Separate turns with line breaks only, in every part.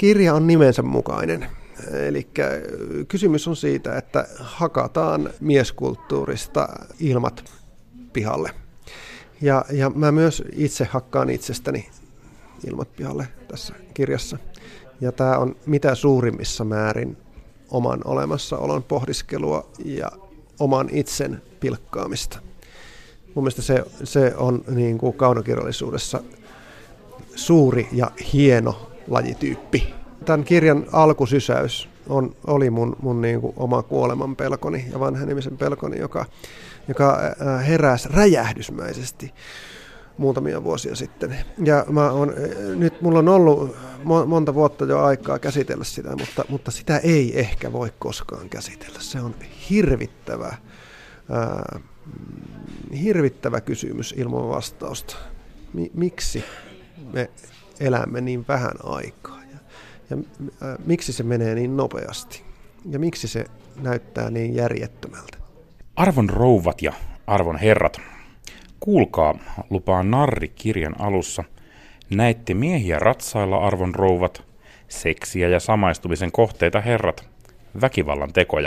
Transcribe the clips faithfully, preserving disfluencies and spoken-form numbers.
kirja on nimensä mukainen. Eli kysymys on siitä, että hakataan mieskulttuurista ilmat pihalle. Ja, ja mä myös itse hakkaan itsestäni ilmat pihalle tässä kirjassa. Ja tämä on mitä suurimmissa määrin oman olemassaolon pohdiskelua ja oman itsen pilkkaamista. Mun mielestä se, se on niin kuin kaunokirjallisuudessa suuri ja hieno lajityyppi. Tämän kirjan alkusysäys on, oli mun, mun niin kuin oma kuoleman pelkoni ja vanhenemisen pelkoni, joka, joka heräsi räjähdysmäisesti muutamia vuosia sitten. Ja mä on, nyt mulla on ollut monta vuotta jo aikaa käsitellä sitä, mutta, mutta sitä ei ehkä voi koskaan käsitellä. Se on hirvittävä, ää, hirvittävä kysymys ilman vastausta. Miksi me elämme niin vähän aikaa ja, ja ää, miksi se menee niin nopeasti ja miksi se näyttää niin järjettömältä?
Arvon rouvat ja arvon herrat, kuulkaa, lupaa narri kirjan alussa. Näitte miehiä ratsailla, arvon rouvat, seksiä ja samaistumisen kohteita herrat, väkivallan tekoja.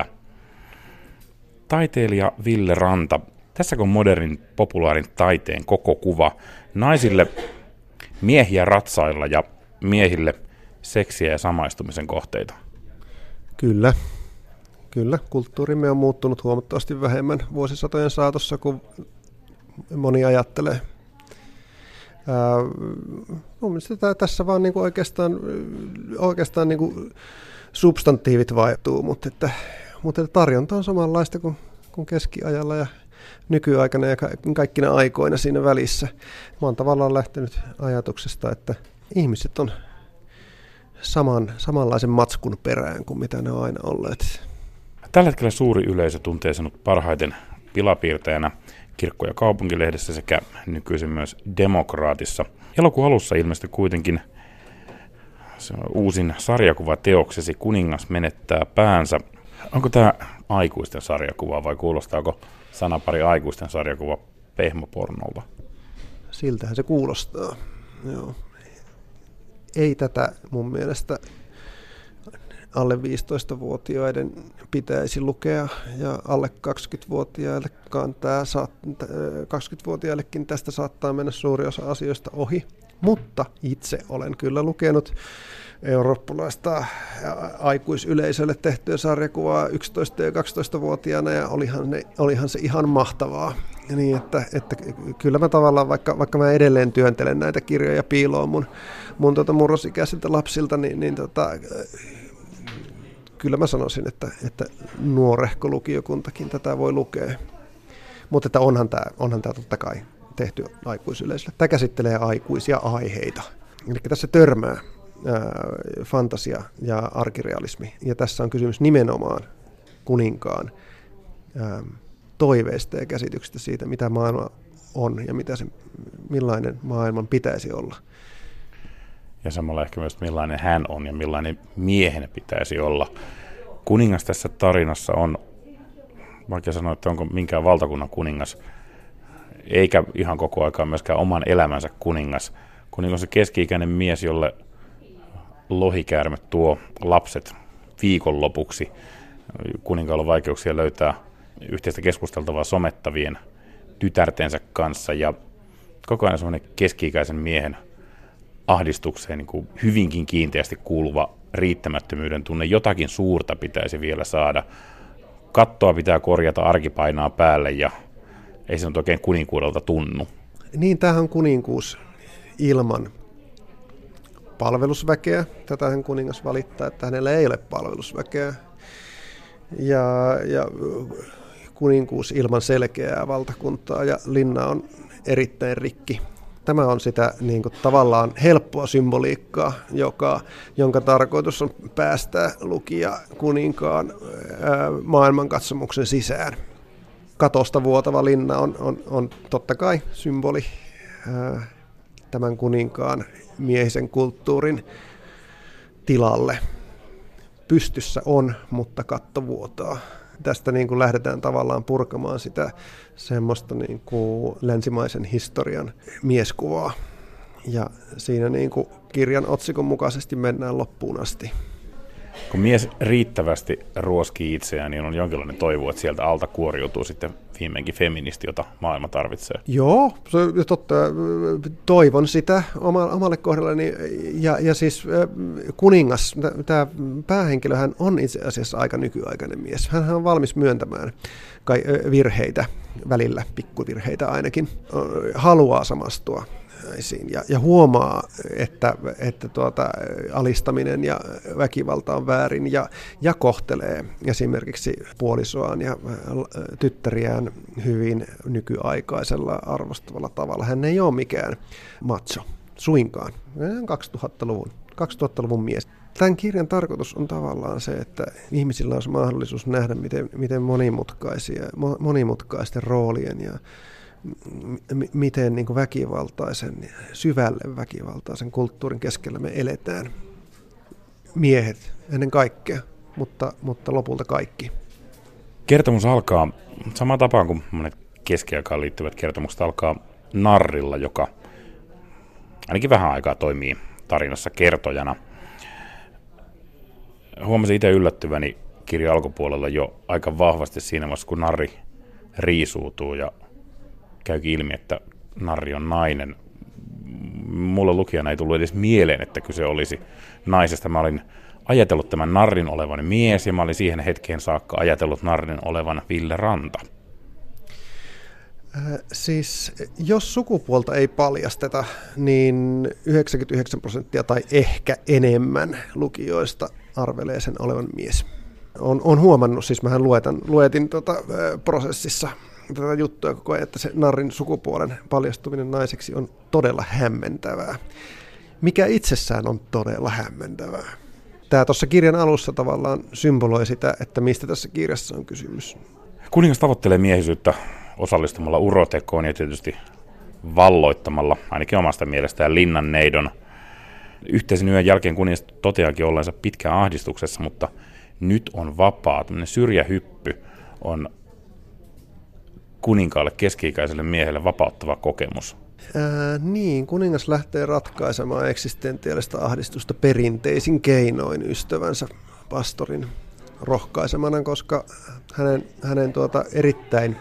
Taiteilija Ville Ranta, tässäkö on modernin populaarin taiteen koko kuva? Naisille miehiä ratsailla ja miehille seksiä ja samaistumisen kohteita.
Kyllä. Kyllä, kulttuurimme on muuttunut huomattavasti vähemmän vuosisatojen saatossa kuin moni ajattelee. Ää, mun mielestä tässä vaan niinku oikeastaan, oikeastaan niinku substantiivit vaihtuu, mutta, että, mutta että tarjonta on samanlaista kuin, kuin keskiajalla ja nykyaikana ja ka- kaikkina aikoina siinä välissä. Mä oon tavallaan lähtenyt ajatuksesta, että ihmiset on saman, samanlaisen matskun perään kuin mitä ne on aina olleet.
Tällä hetkellä suuri yleisö tuntee sinut parhaiten pilapiirtäjänä Kirkko- ja kaupunkilehdessä sekä nykyisin myös Demokraatissa. Elokuun alussa ilmestyi kuitenkin uusin sarjakuvateoksesi Kuningas menettää päänsä. Onko tämä aikuisten sarjakuva vai kuulostaako sanapari aikuisten sarjakuva pehmopornolta?
Siltähän se kuulostaa. Joo. Ei tätä mun mielestä alle viisitoistavuotiaiden pitäisi lukea ja alle kaksikymmentävuotiaillekaan tämä saat, kaksikymmentävuotiaillekin tästä saattaa mennä suuri osa asioista ohi. Mutta itse olen kyllä lukenut eurooppalaista aikuisyleisölle tehtyä sarjakuvaa yksitoista- ja kaksitoistavuotiaana ja olihan, ne, olihan se ihan mahtavaa. Niin, että, että kyllä mä tavallaan, vaikka, vaikka mä edelleen työntelen näitä kirjoja piiloon mun, mun tuota murrosikäisiltä lapsilta, niin, niin tota, kyllä mä sanoisin, että, että nuorehko lukiokuntakin tätä voi lukea. Mutta että onhan tämä onhan tää totta kai tehty aikuisyleisölle. Tämä käsittelee aikuisia aiheita. Eli tässä törmää ää, fantasia ja arkirealismi. Ja tässä on kysymys nimenomaan kuninkaan ää, toiveista ja käsityksistä siitä, mitä maailma on ja mitä se, millainen maailman pitäisi olla.
Ja samalla ehkä myös millainen hän on ja millainen miehen pitäisi olla. Kuningas tässä tarinassa on, vaikka sanoa, että onko minkään valtakunnan kuningas, eikä ihan koko aikaa myöskään oman elämänsä kuningas. Kuningas on keski-ikäinen mies, jolle lohikäärme tuo lapset viikonlopuksi. Kuninkaalla on vaikeuksia löytää yhteistä keskusteltavaa somettavien tytärtensä kanssa ja koko ajan semmoinen keski-ikäisen miehen ahdistukseen niin kuin hyvinkin kiinteästi kuuluva riittämättömyyden tunne. Jotakin suurta pitäisi vielä saada. Kattoa pitää korjata, arki painaa päälle ja ei se nyt oikein kuninkuudelta tunnu. Niin,
tämähän on kuninkuus ilman palvelusväkeä. Tätähän kuningas valittaa, että hänellä ei ole palvelusväkeä. Ja, ja kuninkuus ilman selkeää valtakuntaa ja linna on erittäin rikki. Tämä on sitä niin kuin, tavallaan helppoa symboliikkaa, joka, jonka tarkoitus on päästää lukija kuninkaan ää, maailmankatsomuksen sisään. Katosta vuotava linna on, on, on totta kai symboli ää, tämän kuninkaan miehisen kulttuurin tilalle. Pystyssä on, mutta katto vuotaa. Tästä niin kuin lähdetään tavallaan purkamaan sitä semmoista niin kuin länsimaisen historian mieskuvaa. Ja siinä niin kuin kirjan otsikon mukaisesti mennään loppuun asti.
Kun mies riittävästi ruoskii itseään, niin on jonkinlainen toivo, että sieltä alta kuoriutuu sitten viimeinkin feministi, jota maailma tarvitsee.
Joo, se on totta. Toivon sitä omalle kohdalleni. Ja, ja siis kuningas, tämä päähenkilöhän on itse asiassa aika nykyaikainen mies. Hän on valmis myöntämään kai virheitä, välillä pikkuvirheitä ainakin, haluaa samastua. Ja, ja huomaa, että, että tuota, alistaminen ja väkivalta on väärin ja, ja kohtelee esimerkiksi puolisoaan ja tyttäriään hyvin nykyaikaisella arvostavalla tavalla. Hän ei ole mikään macho, suinkaan. Hän on kaksituhattaluvun, kaksituhattaluvun mies. Tämän kirjan tarkoitus on tavallaan se, että ihmisillä olisi mahdollisuus nähdä, miten, miten monimutkaisia, monimutkaisten roolien ja m- miten niin kuin väkivaltaisen, syvälle väkivaltaisen kulttuurin keskellä me eletään. Miehet ennen kaikkea, mutta, mutta lopulta kaikki.
Kertomus alkaa samaan tapaan kuin monet keskiaikaan liittyvät kertomukset alkaa narrilla, joka ainakin vähän aikaa toimii tarinassa kertojana. Huomasin itse yllättyväni kirjan alkupuolella jo aika vahvasti siinä vaiheessa, kun narri riisuutuu ja käykin ilmi, että narri on nainen. Mulla lukijana ei tullut edes mieleen, että kyse olisi naisesta. Mä olin ajatellut tämän narrin olevan mies ja mä olin siihen hetkeen saakka ajatellut narrin olevan Ville Ranta.
Äh, siis jos sukupuolta ei paljasteta, niin yhdeksänkymmentäyhdeksän prosenttia tai ehkä enemmän lukijoista arvelee sen olevan mies. Olen, olen huomannut, siis mähän luetan, luetin tota, äh, prosessissa tätä juttua koko ajan, että se narrin sukupuolen paljastuminen naiseksi on todella hämmentävää, mikä itsessään on todella hämmentävää. Tämä tuossa kirjan alussa tavallaan symboloi sitä, että mistä tässä kirjassa on kysymys.
Kuningas tavoittelee miehisyyttä osallistumalla urotekoon ja tietysti valloittamalla, ainakin omasta mielestään, linnanneidon. Yhteisen yön jälkeen kuningas toteakin olleensa pitkään ahdistuksessa, mutta nyt on vapaa. Tämmöinen syrjähyppy on kuninkaalle, keski-ikäiselle miehelle vapauttava kokemus.
Ää, niin, kuningas lähtee ratkaisemaan eksistentiaalista ahdistusta perinteisin keinoin ystävänsä pastorin rohkaisemana, koska hänen, hänen tuota erittäin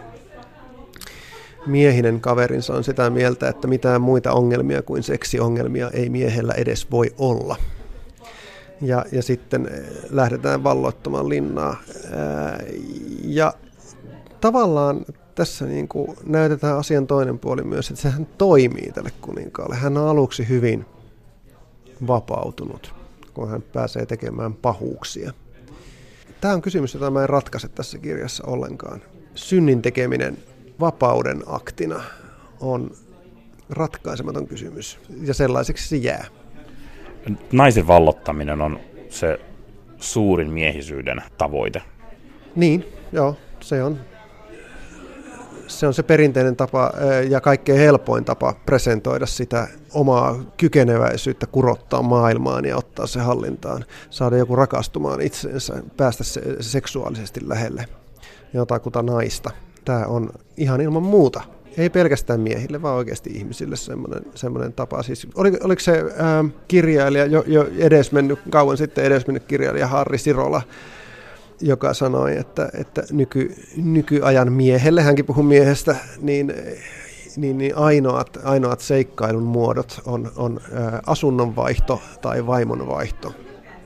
miehinen kaverinsa on sitä mieltä, että mitään muita ongelmia kuin seksiongelmia ei miehellä edes voi olla. Ja, ja sitten lähdetään valloittamaan linnaa. Ää, ja tavallaan tässä niin kuin näytetään asian toinen puoli myös, että sehän toimii tälle kuninkaalle. Hän on aluksi hyvin vapautunut, kun hän pääsee tekemään pahuuksia. Tämä on kysymys, jota mä en ratkaise tässä kirjassa ollenkaan. Synnin tekeminen vapauden aktina on ratkaisematon kysymys, ja sellaiseksi se jää.
Naisen vallottaminen on se suurin miehisyyden tavoite.
Niin, joo, se on. Se on se perinteinen tapa ja kaikkein helpoin tapa presentoida sitä omaa kykeneväisyyttä kurottaa maailmaan ja ottaa se hallintaan, saada joku rakastumaan itseensä, päästä se seksuaalisesti lähelle jotakuta naista. Tämä on ihan ilman muuta, ei pelkästään miehille, vaan oikeasti ihmisille semmoinen, semmoinen tapa. Siis, oliko, oliko se ää, kirjailija, jo, jo edesmennyt, kauan sitten edesmennyt kirjailija Harri Sirola, joka sanoi, että, että nyky, nykyajan miehelle, hänkin puhui miehestä, niin, niin, niin ainoat, ainoat seikkailun muodot on, on ä, asunnonvaihto tai vaimonvaihto.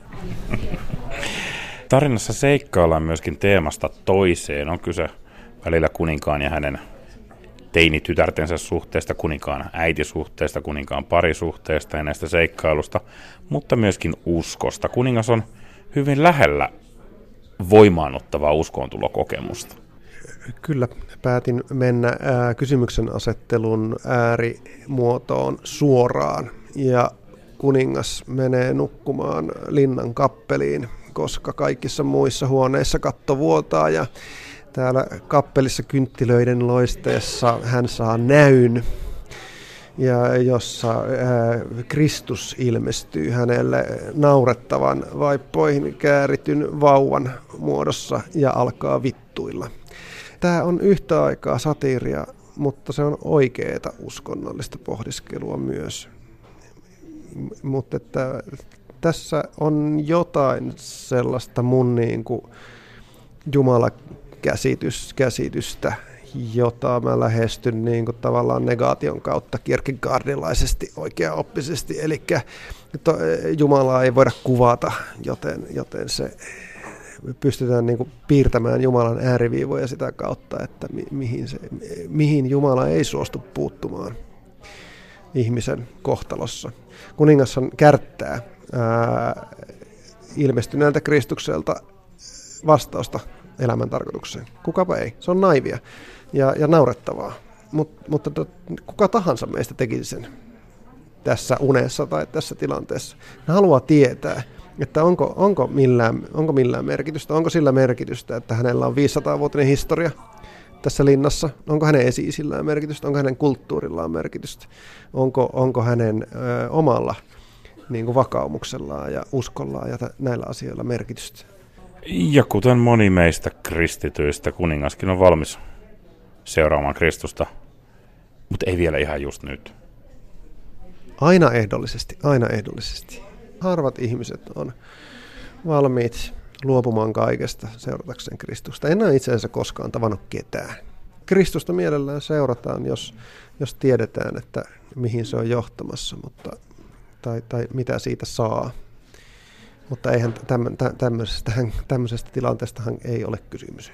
Tarinassa seikkaillaan myöskin teemasta toiseen. On kyse välillä kuninkaan ja hänen teinitytärtensä suhteesta, kuninkaan äitisuhteesta, kuninkaan parisuhteesta ja näistä seikkailusta, mutta myöskin uskosta. Kuningas on hyvin lähellä voimaanottavaa uskoontulokokemusta.
Kyllä, päätin mennä ää, kysymyksen asettelun äärimuotoon suoraan, ja kuningas menee nukkumaan linnan kappeliin, koska kaikissa muissa huoneissa katto vuotaa, ja täällä kappelissa kynttilöiden loisteessa hän saa näyn, ja jossa ää, Kristus ilmestyy hänelle naurettavan vaippoihin käärityn vauvan muodossa ja alkaa vittuilla. Tämä on yhtä aikaa satiiria, mutta se on oikeaa uskonnollista pohdiskelua myös. mutta että tässä on jotain sellaista mun niin kuin Jumala-käsitys, käsitystä, jota mä lähestyn niin kuin tavallaan negaation kautta kierkegaardilaisesti oikeaoppisesti, eli Jumalaa ei voida kuvata, joten, joten se pystytään niin kuin piirtämään Jumalan ääriviivoja sitä kautta, että mi- mihin, se, mihin Jumala ei suostu puuttumaan ihmisen kohtalossa. Kuningashan kärttää ää, ilmestyneeltä Kristukselta vastausta elämän tarkoitukseen. Kukapa ei. Se on naivia ja, ja naurettavaa. Mut, mutta to, kuka tahansa meistä tekisi sen tässä unessa tai tässä tilanteessa. Hän haluaa tietää, että onko, onko, millään, onko millään merkitystä, onko sillä merkitystä, että hänellä on viisisataa-vuotinen historia tässä linnassa, onko hänen esi-isillään merkitystä, onko hänen kulttuurillaan merkitystä, onko, onko hänen ö, omalla niin kuin vakaumuksellaan ja uskollaan ja t- näillä asioilla merkitystä.
Ja kuten moni meistä kristityistä, kuningaskin on valmis seuraamaan Kristusta, mutta ei vielä ihan just nyt.
Aina ehdollisesti, aina ehdollisesti. Harvat ihmiset on valmiit luopumaan kaikesta seuratakseen Kristusta. En ole itse asiassa koskaan tavannut ketään. Kristusta mielellään seurataan, jos, jos tiedetään, että mihin se on johtamassa, mutta, tai, tai mitä siitä saa. Mutta eihän tämmöisestä, tämmöisestä tilanteestahan ei ole kysymys.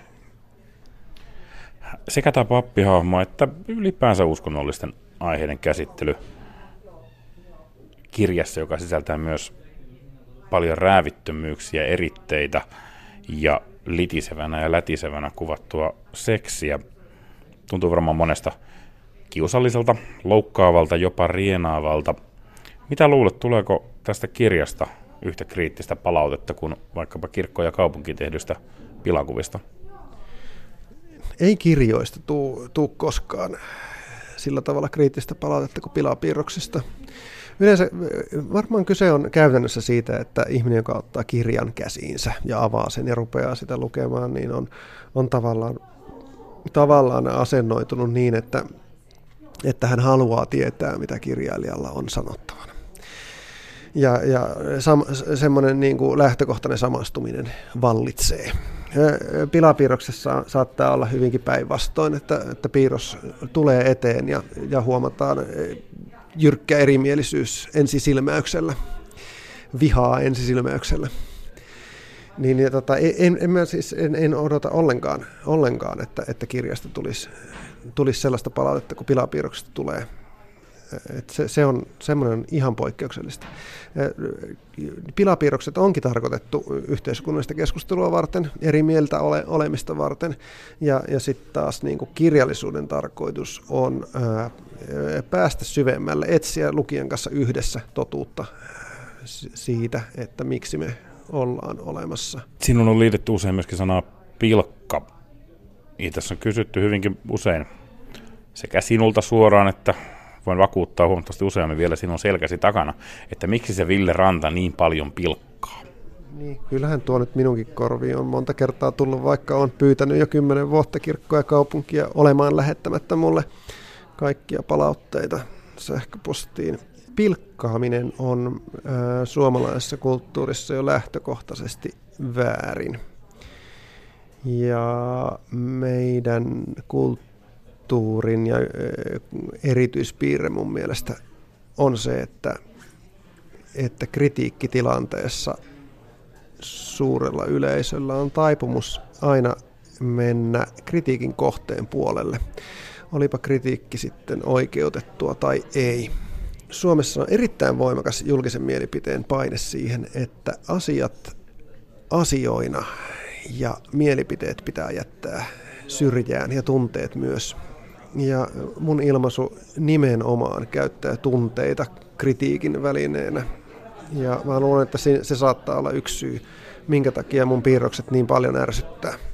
Sekä tämä pappihahmo että ylipäänsä uskonnollisten aiheiden käsittely kirjassa, joka sisältää myös paljon räävittömyyksiä, eritteitä ja litisevänä ja lätisevänä kuvattua seksiä. Tuntuu varmaan monesta kiusalliselta, loukkaavalta, jopa rienaavalta. Mitä luulet, tuleeko tästä kirjasta yhtä kriittistä palautetta kuin vaikkapa kirkko- ja kaupunki tehdystä pilakuvista?
Ei kirjoista tuu, tuu koskaan sillä tavalla kriittistä palautetta kuin pilapiirroksista. Yleensä varmaan kyse on käytännössä siitä, että ihminen, joka ottaa kirjan käsiinsä ja avaa sen ja rupeaa sitä lukemaan, niin on, on tavallaan, tavallaan asennoitunut niin, että, että hän haluaa tietää, mitä kirjailijalla on sanottavana. Ja, ja sam, semmoinen niin kuin lähtökohtainen samastuminen vallitsee. Pilapiirroksessa saattaa olla hyvinkin päinvastoin, että, että piirros tulee eteen ja, ja huomataan jyrkkä erimielisyys ensisilmäyksellä, vihaa ensisilmäyksellä. Niin, ja tota, en, en, mä siis, en, en odota ollenkaan, ollenkaan että, että kirjasta tulisi, tulisi sellaista palautetta, kun pilapiirroksesta tulee. Et se, se on semmoinen ihan poikkeuksellista. Pilapiirrokset onkin tarkoitettu yhteiskunnallista keskustelua varten, eri mieltä ole, olemista varten, ja, ja sitten taas niin kuin kirjallisuuden tarkoitus on ää, päästä syvemmälle, etsiä lukijan kanssa yhdessä totuutta siitä, että miksi me ollaan olemassa.
Sinun on liitetty usein myöskin sanaa pilkka. Ja tässä on kysytty hyvinkin usein sekä sinulta suoraan, että voin vakuuttaa huomattavasti useammin vielä sinun selkäsi takana, että miksi se Ville Ranta niin paljon pilkkaa.
Niin, kyllähän tuo nyt minunkin korviin on monta kertaa tullut, vaikka olen pyytänyt jo kymmenen vuotta kirkkoa ja kaupunkia olemaan lähettämättä mulle kaikkia palautteita sähköpostiin. Pilkkaaminen on äh, suomalaisessa kulttuurissa jo lähtökohtaisesti väärin. Ja meidän kulttuurissa kulttuurin ja erityispiirre mun mielestä on se, että, että kritiikkitilanteessa suurella yleisöllä on taipumus aina mennä kritiikin kohteen puolelle. Olipa kritiikki sitten oikeutettua tai ei. Suomessa on erittäin voimakas julkisen mielipiteen paine siihen, että asiat asioina ja mielipiteet pitää jättää syrjään ja tunteet myös. Ja mun ilmaisu nimenomaan käyttää tunteita kritiikin välineenä. Ja mä luulen, että se, se saattaa olla yksi syy, minkä takia mun piirrokset niin paljon ärsyttää.